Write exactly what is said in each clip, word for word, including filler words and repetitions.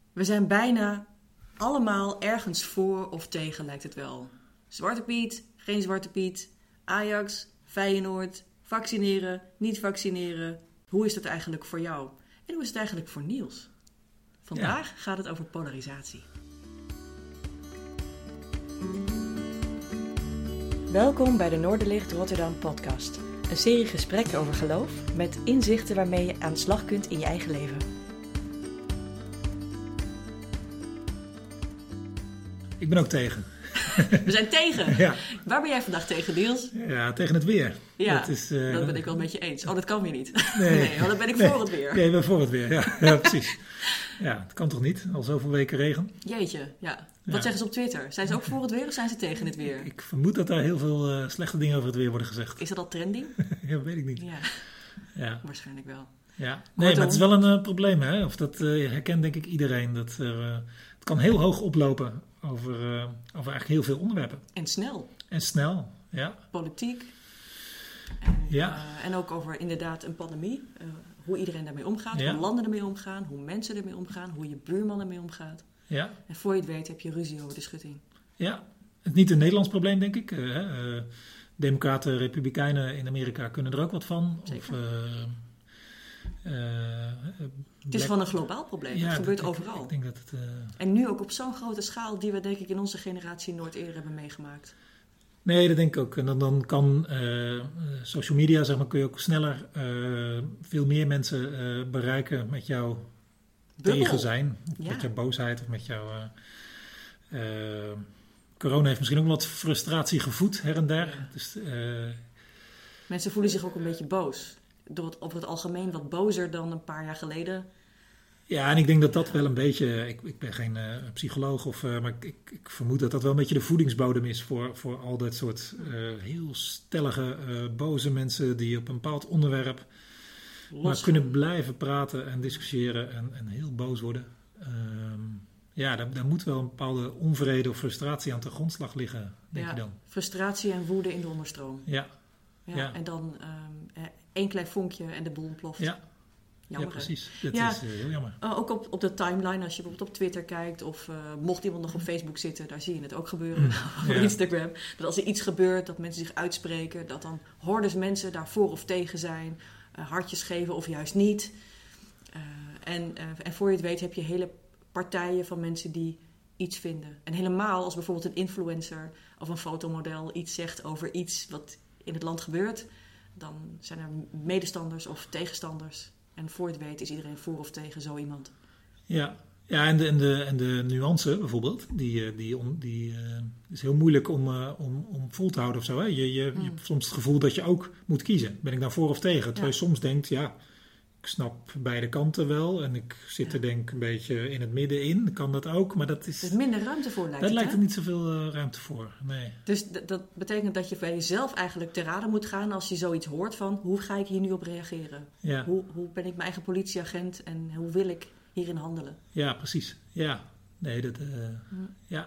We zijn bijna allemaal ergens voor of tegen, lijkt het wel. Zwarte Piet, geen Zwarte Piet, Ajax, Feyenoord, vaccineren, niet vaccineren. Hoe is dat eigenlijk voor jou? En hoe is het eigenlijk voor Niels? Vandaag ja. gaat het over polarisatie. Welkom bij de Noorderlicht Rotterdam podcast. Een serie gesprekken over geloof met inzichten waarmee je aan de slag kunt in je eigen leven. Ik ben ook tegen. We zijn tegen? Ja. Waar ben jij vandaag tegen, Niels? Ja, tegen het weer. Ja, dat, is, uh, dat ben ik wel met je eens. Oh, dat kan weer niet. Nee, nee want dan ben ik nee, voor het weer. Nee, ik ben voor het weer. Ja, ja precies. Ja, het kan toch niet? Al zoveel weken regen. Jeetje, ja. Wat ja. zeggen ze op Twitter? Zijn ze ook voor het weer of zijn ze tegen het weer? Ik, ik vermoed dat daar heel veel uh, slechte dingen over het weer worden gezegd. Is dat al trending? Ja, weet ik niet. Ja, ja. waarschijnlijk wel. Ja. Nee, maar het is wel een uh, probleem, hè? Of dat uh, herkent denk ik iedereen. Dat er, uh, het kan heel hoog oplopen over, uh, over eigenlijk heel veel onderwerpen. En snel. En snel, ja. Politiek. En, ja. uh, en ook over inderdaad een pandemie. Uh, hoe iedereen daarmee omgaat, ja. hoe landen ermee omgaan, hoe mensen ermee omgaan, hoe je buurman ermee omgaat. Ja. En voor je het weet heb je ruzie over de schutting. Ja, het is niet een Nederlands probleem, denk ik. Uh, uh, Democraten, Republikeinen in Amerika kunnen er ook wat van. Zeker. Of, uh, uh, het is gewoon een globaal probleem. Ja, het gebeurt dat, overal. Ik, ik denk dat het, uh... En nu ook op zo'n grote schaal die we denk ik in onze generatie nooit eerder hebben meegemaakt. Nee, dat denk ik ook. En dan, dan kan uh, social media, zeg maar, kun je ook sneller uh, veel meer mensen uh, bereiken met jouw Bubbel. tegen zijn. Of Ja. met jouw boosheid of met jouw... Uh, uh, corona heeft misschien ook wat frustratie gevoed her en der. Ja. Dus, uh, Mensen voelen zich ook een beetje boos. Door het, over het algemeen wat bozer dan een paar jaar geleden. Ja, en ik denk dat dat wel een beetje... Ik, ik ben geen uh, psycholoog, of, uh, maar ik, ik vermoed dat dat wel een beetje de voedingsbodem is... voor, voor al dat soort uh, heel stellige, uh, boze mensen... die op een bepaald onderwerp Los maar kunnen blijven praten en discussiëren... en, en heel boos worden. Um, ja, daar, daar moet wel een bepaalde onvrede of frustratie aan ten grondslag liggen, denk ja, je dan. Frustratie en woede in de onderstroom. Ja. Ja, ja. En dan um, één klein vonkje en de boel ontploft. Ja. Jammer, ja, precies. Dat ja, is uh, heel jammer. Uh, ook op, op de timeline, als je bijvoorbeeld op Twitter kijkt... of uh, mocht iemand nog op Facebook zitten, daar zie je het ook gebeuren. Mm, op ja. Instagram. Dat als er iets gebeurt, dat mensen zich uitspreken... dat dan hordes mensen daar voor of tegen zijn... Uh, hartjes geven of juist niet. Uh, en, uh, en voor je het weet heb je hele partijen van mensen die iets vinden. En helemaal als bijvoorbeeld een influencer of een fotomodel... iets zegt over iets wat in het land gebeurt... dan zijn er medestanders of tegenstanders... En voor het weet is iedereen voor of tegen zo iemand. Ja, ja en, de, en, de, en de nuance bijvoorbeeld, die, die, on, die uh, is heel moeilijk om, uh, om, om vol te houden of zo. Hè? Je, je, mm. je hebt soms het gevoel dat je ook moet kiezen. Ben ik daar voor of tegen? Terwijl ja. je soms denkt, ja, ik snap beide kanten wel. En ik zit ja. er denk ik een beetje in het midden in. Kan dat ook, maar dat is... Er is minder ruimte voor, lijkt Daar het, lijkt hè? er niet zoveel uh, ruimte voor, nee. Dus d- dat betekent dat je bij jezelf eigenlijk te raden moet gaan... als je zoiets hoort van, hoe ga ik hier nu op reageren? Ja. Hoe, hoe ben ik mijn eigen politieagent en hoe wil ik hierin handelen? Ja, precies. Ja, nee, dat... Uh, hm. Ja.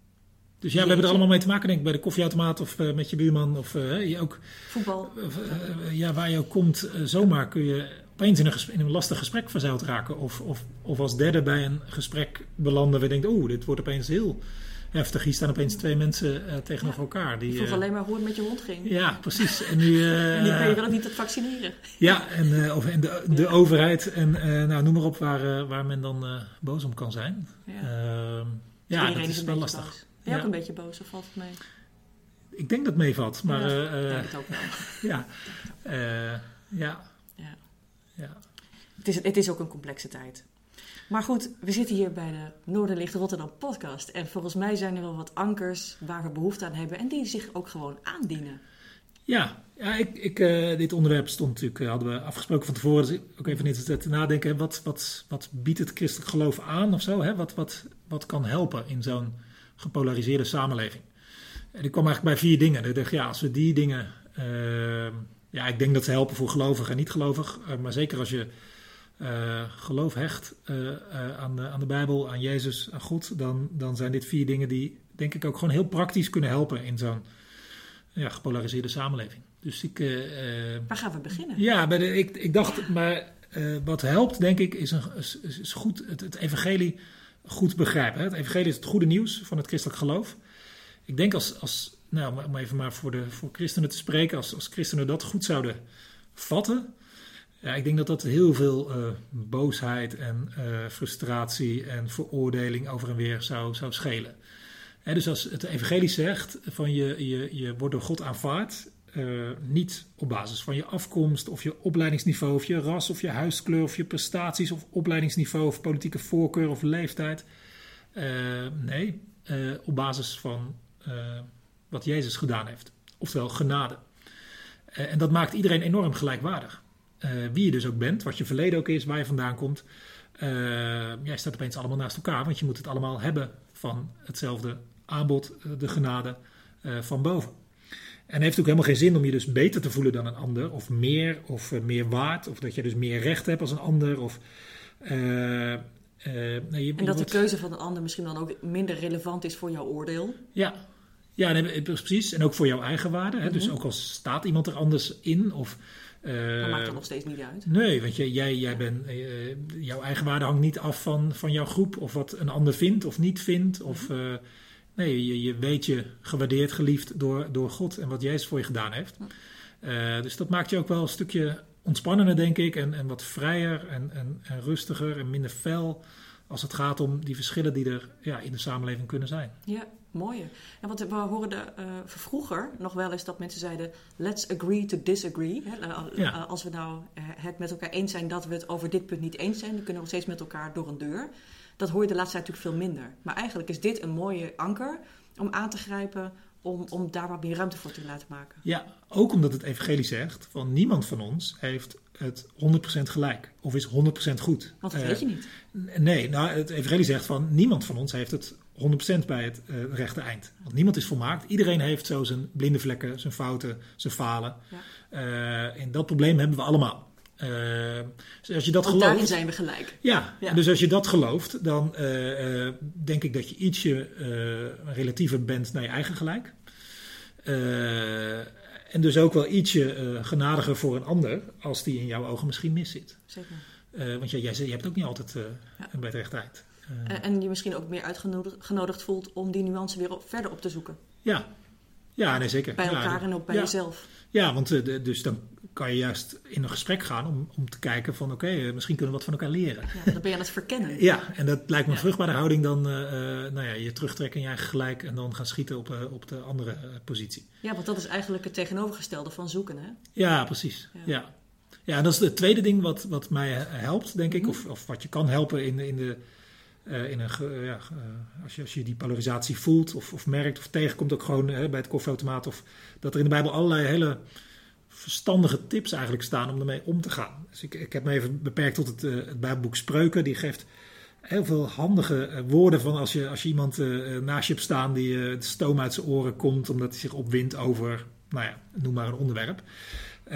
Dus ja, we hebben er allemaal mee te maken, denk ik, bij de koffieautomaat of uh, met je buurman. Of uh, je ook... Voetbal. Uh, uh, ja, waar je ook komt, uh, zomaar kun je... opeens in een, gesprek, in een lastig gesprek verzeild raken. Of, of, of als derde bij een gesprek belanden. We denken, oeh, dit wordt opeens heel heftig. Hier staan opeens twee mensen uh, tegenover ja, elkaar. Die, je vroeg uh, alleen maar hoe het met je hond ging. Ja, precies. En nu, uh, en nu kun je wel niet het vaccineren. Ja, en, uh, of, en de, de ja. overheid. En uh, nou, noem maar op waar, uh, waar men dan uh, boos om kan zijn. Ja, uh, ja dat is, is wel lastig. Boos. Ben je ja. ook een beetje boos of valt het mee? Ik denk dat het meevalt. Maar, ja, uh, ik denk het ook wel. ja, uh, ja. ja. ja. Het is, het is ook een complexe tijd. Maar goed, we zitten hier bij de Noorderlicht Rotterdam podcast. En volgens mij zijn er wel wat ankers waar we behoefte aan hebben. En die zich ook gewoon aandienen. Ja, ja ik, ik, uh, dit onderwerp stond natuurlijk, uh, hadden we afgesproken van tevoren. Dus ook even niet te nadenken. Wat, wat, wat biedt het christelijk geloof aan of zo? Hè? Wat, wat, wat kan helpen in zo'n gepolariseerde samenleving? En ik kwam eigenlijk bij vier dingen. Ik dacht, ja, als we die dingen... Uh, ja, ik denk dat ze helpen voor gelovig en niet-gelovig. Uh, maar zeker als je uh, geloof hecht uh, uh, aan, de, aan de Bijbel, aan Jezus, aan God... Dan, dan zijn dit vier dingen die, denk ik, ook gewoon heel praktisch kunnen helpen... in zo'n ja, gepolariseerde samenleving. Dus ik... Uh, Waar gaan we beginnen? Ja, bij de, ik, ik dacht, maar uh, wat helpt, denk ik, is, een, is, is goed het, het evangelie goed begrijpen. Hè? Het evangelie is het goede nieuws van het christelijk geloof. Ik denk als, als nou, om even maar voor, de, voor christenen te spreken, als, als christenen dat goed zouden vatten, ja, ik denk dat dat heel veel uh, boosheid en uh, frustratie en veroordeling over en weer zou, zou schelen. Hè, dus als het evangelie zegt van je, je, je wordt door God aanvaard, uh, niet op basis van je afkomst of je opleidingsniveau of je ras of je huidskleur of je prestaties of opleidingsniveau of politieke voorkeur of leeftijd. Uh, nee, uh, op basis van uh, wat Jezus gedaan heeft. Oftewel genade. Uh, en dat maakt iedereen enorm gelijkwaardig. Uh, wie je dus ook bent, wat je verleden ook is, waar je vandaan komt. Uh, jij staat opeens allemaal naast elkaar, want je moet het allemaal hebben van hetzelfde aanbod, de genade uh, van boven. En het heeft ook helemaal geen zin om je dus beter te voelen dan een ander, of meer, of uh, meer waard, of dat je dus meer recht hebt als een ander. Of, uh, uh, nee, je, en dat wordt... de keuze van een ander misschien dan ook minder relevant is voor jouw oordeel. Ja, ja nee, precies. En ook voor jouw eigen waarde. Hè? Mm-hmm. Dus ook al staat iemand er anders in, of... Uh, dat maakt er nog steeds niet uit. Nee, want jij, jij, jij bent, uh, jouw eigen waarde hangt niet af van, van jouw groep, of wat een ander vindt of niet vindt. Of, uh, nee, je, je weet je gewaardeerd, geliefd door, door God en wat Jezus voor je gedaan heeft. Uh, dus dat maakt je ook wel een stukje ontspannender, denk ik, en, en wat vrijer en, en, en rustiger en minder fel als het gaat om die verschillen die er ja, in de samenleving kunnen zijn. Ja, mooi. Ja, want we hoorden uh, vroeger nog wel eens dat mensen zeiden, let's agree to disagree. Hè? Ja. Als we nou het met elkaar eens zijn dat we het over dit punt niet eens zijn, dan kunnen we nog steeds met elkaar door een deur. Dat hoor je de laatste tijd natuurlijk veel minder. Maar eigenlijk is dit een mooie anker om aan te grijpen, om, om daar wat meer ruimte voor te laten maken. Ja, ook omdat het evangelie zegt, van niemand van ons heeft het honderd procent gelijk. Of is honderd procent goed. Want dat uh, weet je niet. Nee, nou, het evangelie zegt van niemand van ons heeft het honderd procent bij het uh, rechte eind. Want niemand is volmaakt. Iedereen heeft zo zijn blinde vlekken, zijn fouten, zijn falen. Ja. Uh, en dat probleem hebben we allemaal. Uh, dus als je dat Want gelooft, daarin zijn we gelijk. Ja, ja, dus als je dat gelooft, dan uh, uh, denk ik dat je ietsje uh, relatiever bent naar je eigen gelijk. Uh, en dus ook wel ietsje uh, genadiger voor een ander als die in jouw ogen misschien mis zit. Zeker. Uh, want jij, jij, je hebt ook niet altijd uh, ja. bij het rechte eind. Uh, en, en je misschien ook meer uitgenodigd voelt om die nuance weer op, verder op te zoeken. Ja, ja nee, zeker. Bij elkaar ja, en ook bij ja. jezelf. Ja, want uh, de, dus dan kan je juist in een gesprek gaan om, om te kijken van oké, okay, uh, misschien kunnen we wat van elkaar leren. Ja, dan ben je aan het verkennen. Ja, en dat lijkt me een ja. vruchtbare houding dan uh, uh, nou ja, je terugtrekken in je eigen gelijk en dan gaan schieten op, uh, op de andere uh, positie. Ja, want dat is eigenlijk het tegenovergestelde van zoeken, hè? Ja, precies. Ja, ja. ja en dat is het tweede ding wat, wat mij helpt, denk ik, mm-hmm. of, of wat je kan helpen in, in de... Uh, in een, uh, ja, uh, als, je, als je die polarisatie voelt of, of merkt of tegenkomt ook gewoon uh, bij het koffieautomaat of dat er in de Bijbel allerlei hele verstandige tips eigenlijk staan om ermee om te gaan. Dus ik, ik heb me even beperkt tot het, uh, het Bijbelboek Spreuken. Die geeft heel veel handige uh, woorden van als je, als je iemand uh, naast je hebt staan die uh, de stoom uit zijn oren komt omdat hij zich opwindt over, nou ja, noem maar een onderwerp. Uh,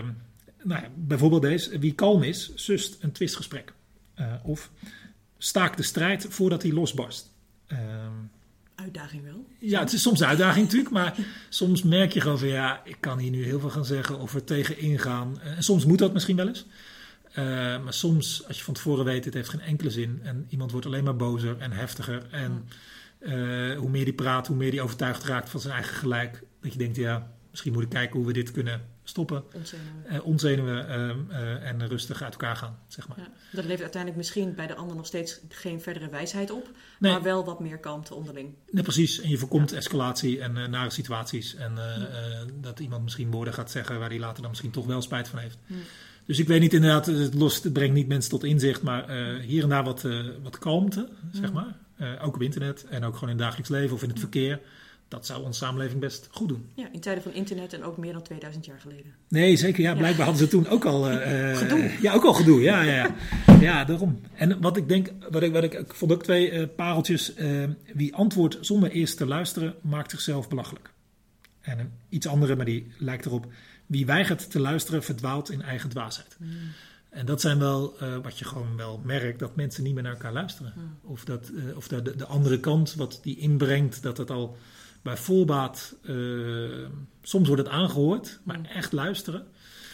nou ja, bijvoorbeeld deze, wie kalm is, sust een twistgesprek. Uh, of staak de strijd voordat hij losbarst. Uh, uitdaging wel. Ja, het is soms een uitdaging natuurlijk, maar soms merk je gewoon van ja, ik kan hier nu heel veel gaan zeggen of er tegen ingaan. En uh, soms moet dat misschien wel eens. Uh, maar soms, als je van tevoren weet, dit heeft geen enkele zin en iemand wordt alleen maar bozer en heftiger. En uh, hoe meer die praat, hoe meer die overtuigd raakt van zijn eigen gelijk. Dat je denkt, ja, misschien moet ik kijken hoe we dit kunnen stoppen. Ontzenuwen. Uh, ontzenuwen uh, uh, en rustig uit elkaar gaan, zeg maar. Ja, dat levert uiteindelijk misschien bij de ander nog steeds geen verdere wijsheid op, nee. maar wel wat meer kalmte onderling. Nee, precies. En je voorkomt ja. escalatie en uh, nare situaties. En uh, ja. uh, dat iemand misschien woorden gaat zeggen waar hij later dan misschien toch wel spijt van heeft. Ja. Dus ik weet niet inderdaad, het, lost, het brengt niet mensen tot inzicht, maar uh, hier en daar wat, uh, wat kalmte, ja. zeg maar. Uh, ook op internet en ook gewoon in het dagelijks leven of in het ja. verkeer. Dat zou onze samenleving best goed doen. Ja, in tijden van internet en ook meer dan tweeduizend jaar geleden. Nee, zeker. Ja, blijkbaar ja. hadden ze toen ook al... Uh, gedoe. Ja, ook al gedoe. Ja, ja, ja. ja, daarom. En wat ik denk... Wat ik, wat ik, ik vond ook twee uh, pareltjes. Uh, wie antwoordt zonder eerst te luisteren, maakt zichzelf belachelijk. En een iets andere, maar die lijkt erop. Wie weigert te luisteren, verdwaalt in eigen dwaasheid. Mm. En dat zijn wel uh, wat je gewoon wel merkt, dat mensen niet meer naar elkaar luisteren. Mm. Of dat uh, of de, de andere kant, wat die inbrengt, dat het al... bij voorbaat, uh, soms wordt het aangehoord, maar echt luisteren.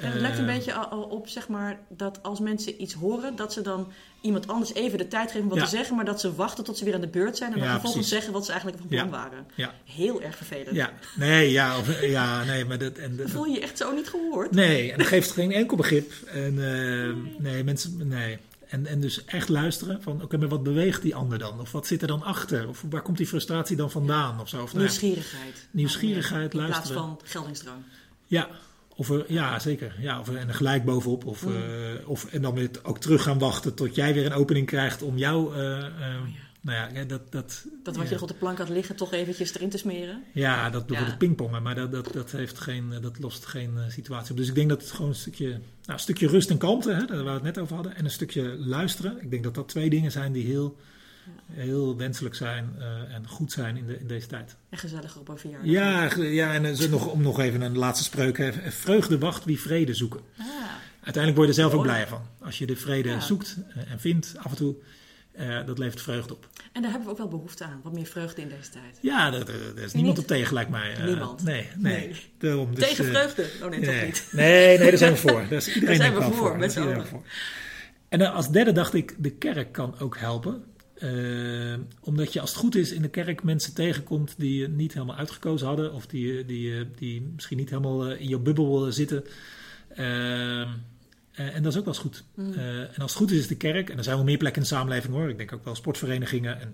En het lijkt een beetje al op, zeg maar, dat als mensen iets horen, dat ze dan iemand anders even de tijd geven om wat ja. te zeggen, maar dat ze wachten tot ze weer aan de beurt zijn en dan ja, vervolgens precies. zeggen wat ze eigenlijk van plan ja. waren. Ja. Heel erg vervelend. Ja, nee, ja, of, ja, nee, maar dat... En, Dan voel je je echt zo niet gehoord. Nee, en dat geeft geen enkel begrip. En, uh, nee. nee, mensen, nee. En, en dus echt luisteren van, oké, okay, maar wat beweegt die ander dan? Of wat zit er dan achter? Of waar komt die frustratie dan vandaan? Of zo? Of, nieuwsgierigheid. Nou, nieuwsgierigheid, in luisteren. In plaats van geldingsdrang. Ja, of er, ja, zeker. Ja, of er, en er gelijk bovenop. Of, mm. uh, of, en dan weer ook terug gaan wachten tot jij weer een opening krijgt om jou... Uh, uh, oh, ja. Nou ja, dat... Dat, dat wat ja. je nog op de plank had liggen toch eventjes erin te smeren? Ja, dat wordt ja. het pingpongen. Maar dat, dat, dat, heeft geen, dat lost geen uh, situatie op. Dus ik denk dat het gewoon een stukje... Nou, een stukje rust en kalmte, hè, waar we het net over hadden. En een stukje luisteren. Ik denk dat dat twee dingen zijn die heel... heel wenselijk zijn uh, en goed zijn in, de, in deze tijd. En gezellig op een verjaardag. Ja, ja en uh, nog, om nog even een laatste spreuk. Hè. Vreugde wacht wie vrede zoeken. Ah. Uiteindelijk word je er zelf ook blij van. Als je de vrede ja. zoekt uh, en vindt af en toe, uh, dat levert vreugde op. En daar hebben we ook wel behoefte aan. Wat meer vreugde in deze tijd. Ja, daar is niemand op tegen, lijkt mij. Uh, niemand? Nee, nee. nee. Daarom, dus, tegen vreugde? Oh nee, nee. toch niet. Nee, nee, daar zijn we voor. Daar is iedereen daar zijn we voor. voor, met z'n allen. En uh, als derde dacht ik, de kerk kan ook helpen. Uh, omdat je als het goed is in de kerk mensen tegenkomt die je niet helemaal uitgekozen hadden. Of die, die, die misschien niet helemaal in je bubbel zitten. Uh, Uh, en dat is ook wel eens goed. Mm. Uh, en als het goed is, is de kerk. En er zijn wel meer plekken in de samenleving hoor. Ik denk ook wel sportverenigingen. En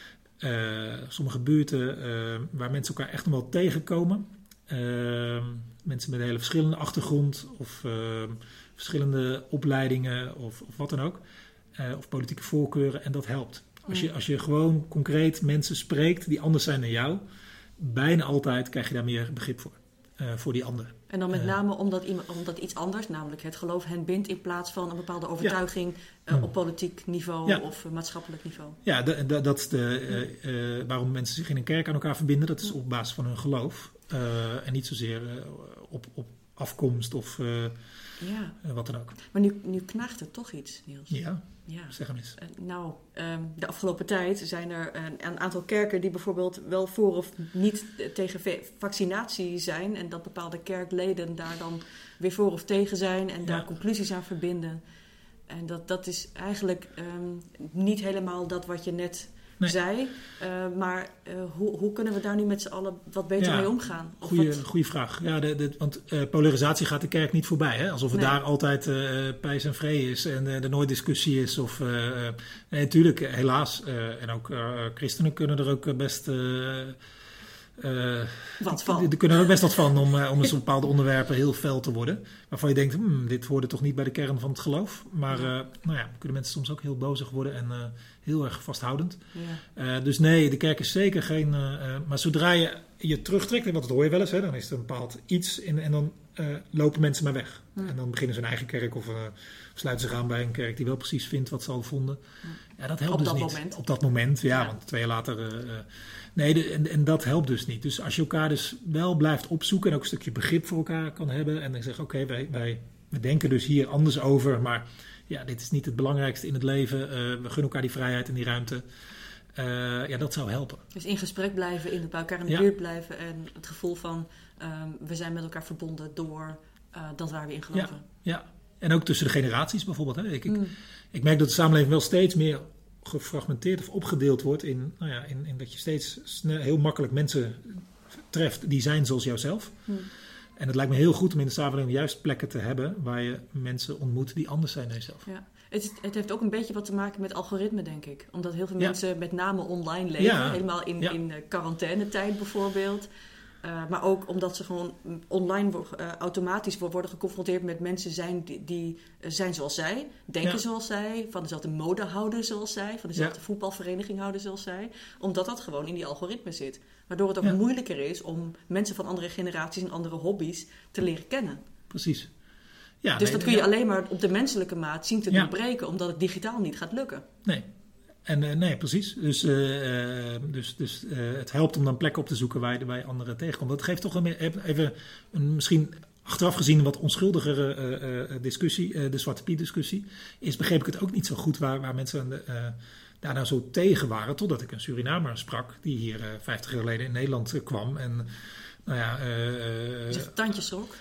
uh, sommige buurten uh, waar mensen elkaar echt nog wel tegenkomen. Uh, mensen met een hele verschillende achtergrond. Of uh, verschillende opleidingen. Of, of wat dan ook. Uh, of politieke voorkeuren. En dat helpt. Als je, als je gewoon concreet mensen spreekt die anders zijn dan jou. Bijna altijd krijg je daar meer begrip voor. Uh, voor die ander. En dan met name omdat, iemand, omdat iets anders, namelijk het geloof, hen bindt in plaats van een bepaalde overtuiging ja. uh, op politiek niveau ja. of uh, maatschappelijk niveau. Ja, de, de, dat is de, uh, uh, waarom mensen zich in een kerk aan elkaar verbinden. Dat is op basis van hun geloof. Uh, en niet zozeer uh, op, op afkomst of uh, ja. uh, wat dan ook. Maar nu, nu knaagt er toch iets, Niels. Ja, ja. zeg hem eens. Uh, nou, um, de afgelopen tijd zijn er een, een aantal kerken die bijvoorbeeld wel voor of niet tegen vaccinatie zijn. En dat bepaalde kerkleden daar dan weer voor of tegen zijn en daar ja. conclusies aan verbinden. En dat, dat is eigenlijk um, niet helemaal dat wat je net nee. zei. Uh, maar uh, hoe, hoe kunnen we daar nu met z'n allen wat beter ja, mee omgaan? Goeie vraag. Ja, de, de, want uh, polarisatie gaat de kerk niet voorbij. Hè? Alsof het nee. daar altijd uh, pijs en vree is en uh, er nooit discussie is. Of, uh, nee, natuurlijk, helaas. Uh, en ook uh, christenen kunnen er ook best... Uh, Uh, wat van? Er kunnen er ook best wat van om, uh, om eens op bepaalde onderwerpen heel fel te worden. Waarvan je denkt, hmm, dit hoorde toch niet bij de kern van het geloof. Maar uh, nou ja, kunnen mensen soms ook heel bozig worden en uh, heel erg vasthoudend. Ja. Uh, dus nee, de kerk is zeker geen... Uh, maar zodra je je terugtrekt, want dat hoor je wel eens, hè, dan is er een bepaald iets in, en dan uh, lopen mensen maar weg. Ja. En dan beginnen ze een eigen kerk of uh, sluiten zich aan bij een kerk die wel precies vindt wat ze al vonden. Ja, ja dat helpt op dus dat niet. Moment. Op dat moment, ja, ja. want twee jaar later... Uh, Nee, de, en, en dat helpt dus niet. Dus als je elkaar dus wel blijft opzoeken en ook een stukje begrip voor elkaar kan hebben. En dan zeg oké, okay, wij, wij we denken dus hier anders over. Maar ja, dit is niet het belangrijkste in het leven. Uh, we gunnen elkaar die vrijheid en die ruimte. Uh, ja, dat zou helpen. Dus in gesprek blijven, in, bij elkaar in de ja. buurt blijven. En het gevoel van um, we zijn met elkaar verbonden door uh, dat waar we in geloven. Ja, ja. En ook tussen de generaties bijvoorbeeld. Hè. Ik, mm. ik, ik merk dat de samenleving wel steeds meer... gefragmenteerd of opgedeeld wordt in, nou ja, in, in dat je steeds snel, heel makkelijk mensen treft die zijn zoals jouzelf. Hmm. En het lijkt me heel goed om in de samenleving juist plekken te hebben waar je mensen ontmoet die anders zijn dan jezelf. Ja. Het, het heeft ook een beetje wat te maken met algoritme, denk ik. Omdat heel veel ja. mensen met name online leven, ja. helemaal in, ja. in quarantainetijd bijvoorbeeld. Uh, maar ook omdat ze gewoon online uh, automatisch worden geconfronteerd met mensen zijn die, die uh, zijn zoals zij, denken ja. zoals zij, van dezelfde mode houden zoals zij, van dezelfde ja. voetbalvereniging houden zoals zij. Omdat dat gewoon in die algoritme zit. Waardoor het ook ja. moeilijker is om mensen van andere generaties en andere hobby's te leren kennen. Precies. Ja, dus nee, dat kun je ja. alleen maar op de menselijke maat zien te ja. doorbreken, omdat het digitaal niet gaat lukken. Nee. En uh, nee, precies. Dus, uh, dus, dus uh, het helpt om dan plekken op te zoeken waar je, waar je anderen tegenkomt. Dat geeft toch een, even een misschien achteraf gezien een wat onschuldigere uh, uh, discussie. Uh, de Zwarte Piet discussie. Is begreep ik het ook niet zo goed waar, waar mensen uh, daar nou zo tegen waren. Totdat ik een Surinamer sprak die hier uh, vijftig jaar geleden in Nederland uh, kwam. En nou ja... Uh, uh, Zegt tandjesrok?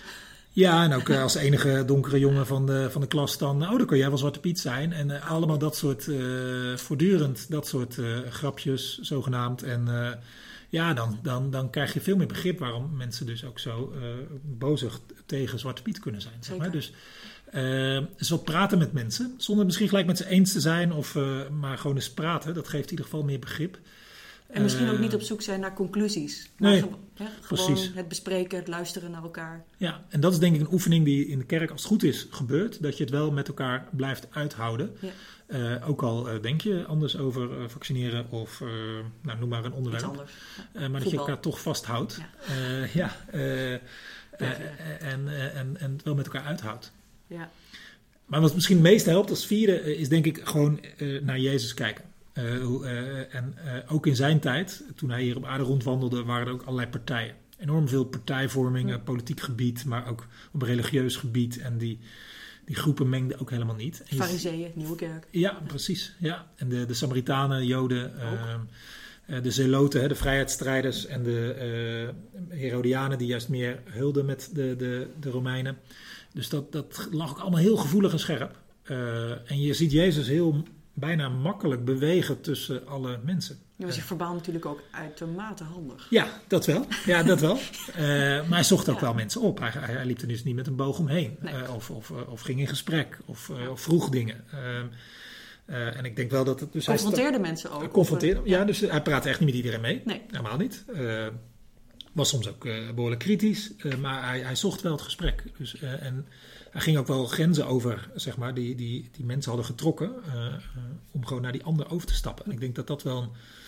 Ja, en ook uh, als enige donkere jongen van de, van de klas dan... oh, dan kun jij wel Zwarte Piet zijn. En uh, allemaal dat soort... Uh, voortdurend dat soort uh, grapjes, zogenaamd. En uh, ja, dan, dan, dan krijg je veel meer begrip... waarom mensen dus ook zo uh, bozig tegen Zwarte Piet kunnen zijn. Zeg maar. Dus... Uh, dus wat praten met mensen, zonder misschien gelijk met ze eens te zijn, of uh, maar gewoon eens praten. Dat geeft in ieder geval meer begrip. En misschien uh, ook niet op zoek zijn naar conclusies. Maar nee, ge- hè, gewoon precies. Het bespreken, het luisteren naar elkaar. Ja, en dat is denk ik een oefening die in de kerk, als het goed is, gebeurt. Dat je het wel met elkaar blijft uithouden. Ja. Uh, ook al uh, denk je anders over uh, vaccineren of uh, nou, noem maar een onderwerp. Iets anders. Ja. Uh, maar dat je elkaar toch vasthoudt. Ja, uh, ja uh, uh, en, uh, en, en het wel met elkaar uithoudt. Ja. Maar wat misschien het meest helpt als vierde uh, is denk ik gewoon uh, naar Jezus kijken. Uh, uh, en uh, ook in zijn tijd, toen hij hier op aarde rondwandelde, waren er ook allerlei partijen. Enorm veel partijvorming, ja. politiek gebied, maar ook op religieus gebied. En die, die groepen mengden ook helemaal niet. Farizeeën, Nieuwe Kerk. Ja, precies. Ja. En de, de Samaritanen, Joden, uh, uh, de Zeloten, de vrijheidsstrijders en de uh, Herodianen die juist meer hulden met de, de, de Romeinen. Dus dat, dat lag ook allemaal heel gevoelig en scherp. Uh, en je ziet Jezus heel bijna makkelijk bewegen tussen alle mensen. Ja, was je verbaal natuurlijk ook uitermate handig. Ja, dat wel. Ja, dat wel. Uh, maar hij zocht ook ja. wel mensen op. Hij, hij, hij liep er dus niet met een boog omheen. Nee. Uh, of, of, of ging in gesprek. Of, uh, of vroeg dingen. Uh, uh, en ik denk wel dat het... Dus confronteerde hij mensen ook. Confronteerde, ja, ja, dus hij praatte echt niet met iedereen mee. Nee. Helemaal niet. Uh, was soms ook uh, behoorlijk kritisch. Uh, maar hij, hij zocht wel het gesprek. Dus, uh, en hij ging ook wel grenzen over, zeg maar, die, die, die mensen hadden getrokken. Uh, uh, om gewoon naar die ander over te stappen. En ik denk dat dat wel een...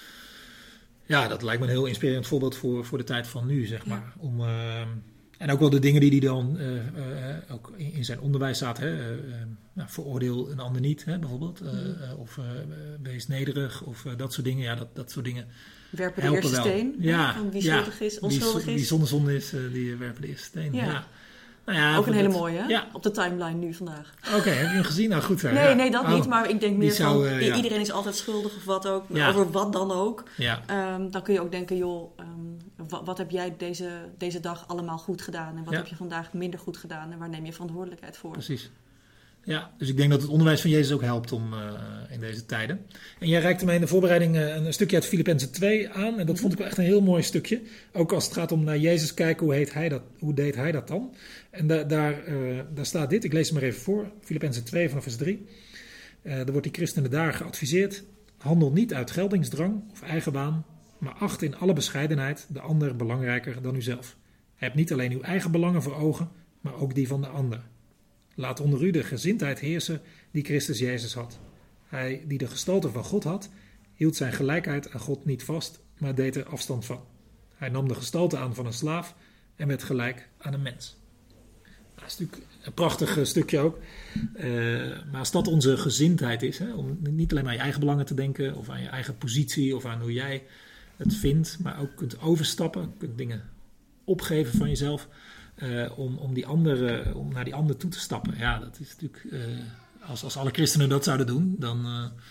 Ja, dat lijkt me een heel inspirerend voorbeeld voor, voor de tijd van nu, zeg maar. Ja. Om, uh, en ook wel de dingen die hij dan uh, uh, ook in, in zijn onderwijs zaten. Hè? Uh, uh, nou, veroordeel een ander niet, hè, bijvoorbeeld. Uh, uh, of uh, wees nederig, of uh, dat soort dingen. Ja, dat, dat soort dingen werpen de eerste wel. steen. Ja, van wie ja, schuldig is, onschuldig wie, is. Wie zonder zonde is, uh, die werpen de eerste steen. Ja. Ja. Nou ja, ook een hele dat, mooie, hè? Ja. Op de timeline nu vandaag. Oké, okay, heb je hem gezien? Nou goed. Hè? Nee, ja. nee, dat oh, niet. Maar ik denk meer zou, van, uh, ja. iedereen is altijd schuldig of wat ook. Ja. Over wat dan ook. Ja. Um, dan kun je ook denken, joh, um, wat, wat heb jij deze, deze dag allemaal goed gedaan? En wat ja. heb je vandaag minder goed gedaan? En waar neem je verantwoordelijkheid voor? Precies. Ja, dus ik denk dat het onderwijs van Jezus ook helpt om uh, in deze tijden. En jij reikte mij in de voorbereiding uh, een stukje uit Filippenzen twee aan. En dat mm-hmm. vond ik wel echt een heel mooi stukje. Ook als het gaat om naar Jezus kijken, hoe, heet hij dat, hoe deed hij dat dan? En da- daar, uh, daar staat dit, ik lees het maar even voor. Filippenzen twee vanaf vers drie. Uh, er wordt die christenen daar geadviseerd. Handel niet uit geldingsdrang of eigenwaan, maar acht in alle bescheidenheid de ander belangrijker dan uzelf. Heb niet alleen uw eigen belangen voor ogen, maar ook die van de ander. Laat onder u de gezindheid heersen die Christus Jezus had. Hij die de gestalte van God had, hield zijn gelijkheid aan God niet vast, maar deed er afstand van. Hij nam de gestalte aan van een slaaf en werd gelijk aan een mens. Dat is natuurlijk een prachtig stukje ook. Uh, maar als dat onze gezindheid is, hè, om niet alleen aan je eigen belangen te denken of aan je eigen positie of aan hoe jij het vindt, maar ook kunt overstappen, kunt dingen opgeven van jezelf. Uh, om, om, die andere, om naar die ander toe te stappen. Ja, dat is natuurlijk... Uh, als, als alle christenen dat zouden doen, dan,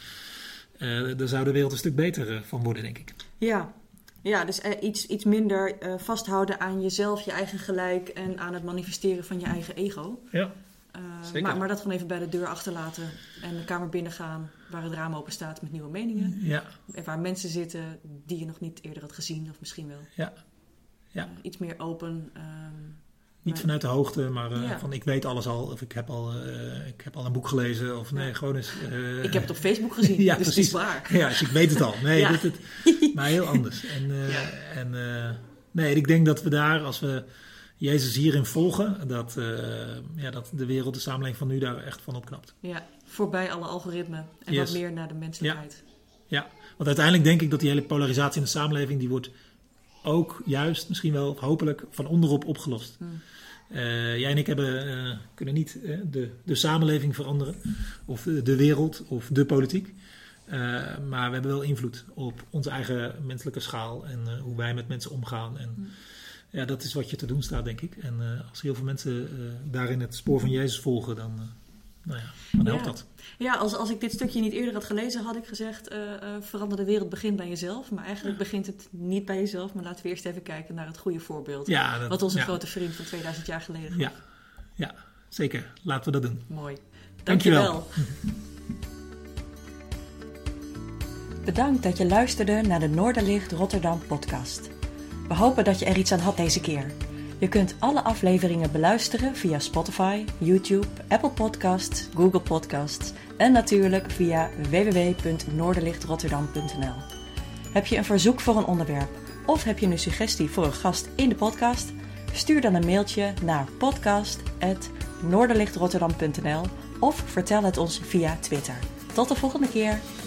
uh, uh, dan zou de wereld een stuk beter uh, van worden, denk ik. Ja, ja dus uh, iets, iets minder uh, vasthouden aan jezelf, je eigen gelijk en aan het manifesteren van je eigen ego. Ja, uh, zeker. Maar, maar dat gewoon even bij de deur achterlaten en de kamer binnengaan waar het raam open staat met nieuwe meningen. Ja. En waar mensen zitten die je nog niet eerder had gezien, of misschien wel. Ja. Ja. Uh, iets meer open... Um, Niet vanuit de hoogte, maar uh, ja. van ik weet alles al, of ik heb al, uh, ik heb al een boek gelezen, of nee, ja. gewoon eens... Uh, ik heb het op Facebook gezien, ja, dus precies. het is waar. Ja, dus ik weet het al. Nee, ja. dit, het, maar heel anders. En, uh, ja. en uh, nee, ik denk dat we daar, als we Jezus hierin volgen, dat, uh, ja, dat de wereld, de samenleving van nu daar echt van opknapt. Ja, voorbij alle algoritmen en yes. wat meer naar de menselijkheid. Ja. ja, want uiteindelijk denk ik dat die hele polarisatie in de samenleving, die wordt ook juist, misschien wel hopelijk, van onderop opgelost. Hmm. Uh, jij en ik hebben, uh, kunnen niet uh, de, de samenleving veranderen, of de, de wereld, of de politiek. Uh, maar we hebben wel invloed op onze eigen menselijke schaal en uh, hoe wij met mensen omgaan. En hmm. ja, dat is wat je te doen staat, denk ik. En uh, als heel veel mensen uh, daarin het spoor van Jezus volgen, dan, uh, nou ja, dan helpt ja. dat. Ja, als, als ik dit stukje niet eerder had gelezen, had ik gezegd, uh, uh, verander de wereld begint bij jezelf. Maar eigenlijk ja. begint het niet bij jezelf. Maar laten we eerst even kijken naar het goede voorbeeld. Ja, dat, wat onze ja. grote vriend van tweeduizend jaar geleden gaf. Ja, Ja, zeker. Laten we dat doen. Mooi. Dankjewel. Dankjewel. Bedankt dat je luisterde naar de Noorderlicht Rotterdam podcast. We hopen dat je er iets aan had deze keer. Je kunt alle afleveringen beluisteren via Spotify, YouTube, Apple Podcasts, Google Podcasts en natuurlijk via w w w punt noorderlichtrotterdam punt n l. Heb je een verzoek voor een onderwerp of heb je een suggestie voor een gast in de podcast? Stuur dan een mailtje naar podcast apenstaartje noorderlichtrotterdam punt n l of vertel het ons via Twitter. Tot de volgende keer!